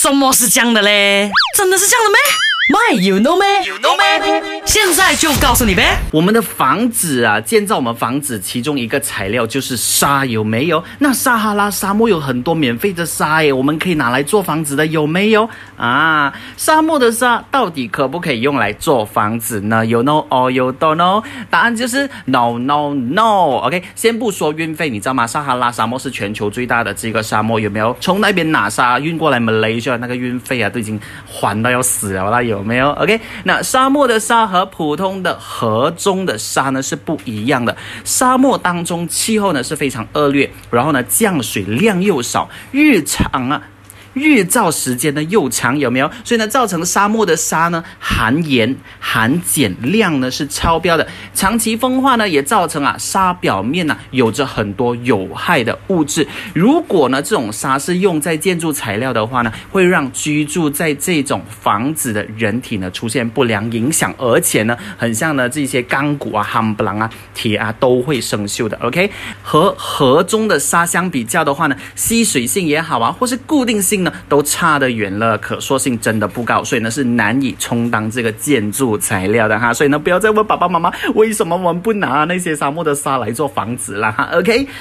怎么是这样的嘞？真的是这样的咩？My you know 咩 ？You know 咩？现在就告诉你呗。 我们的房子啊，建造我们房子其中一个材料就是沙，有没有？那撒哈拉沙漠有很多免费的沙耶，我们可以拿来做房子的，有没有？啊，沙漠的沙到底可不可以用来做房子呢？You know or you don't know？ 答案就是 no no no。OK， 先不说运费，你知道吗？撒哈拉沙漠是全球最大的这个沙漠，有没有？从那边拿沙运过来Malaysia，那个运费啊都已经还到要死了啦，有没有 ？OK， 那沙漠的沙和普通的河中的沙呢是不一样的。沙漠当中气候呢是非常恶劣，然后呢降水量又少，日照时间呢又长，有没有？所以呢，造成沙漠的沙呢含盐、含碱量呢是超标的。长期风化呢，也造成沙表面呢有着很多有害的物质。如果呢这种沙是用在建筑材料的话呢，会让居住在这种房子的人体呢出现不良影响，而且呢，很像呢这些钢骨啊、夯不啷啊、铁啊都会生锈的。OK， 和河中的沙相比较的话呢，吸水性也好啊，或是固定性都差得远了，可塑性真的不高，所以呢是难以充当这个建筑材料的哈。所以呢，不要再问爸爸妈妈为什么我们不拿那些沙漠的沙来做房子了哈。OK。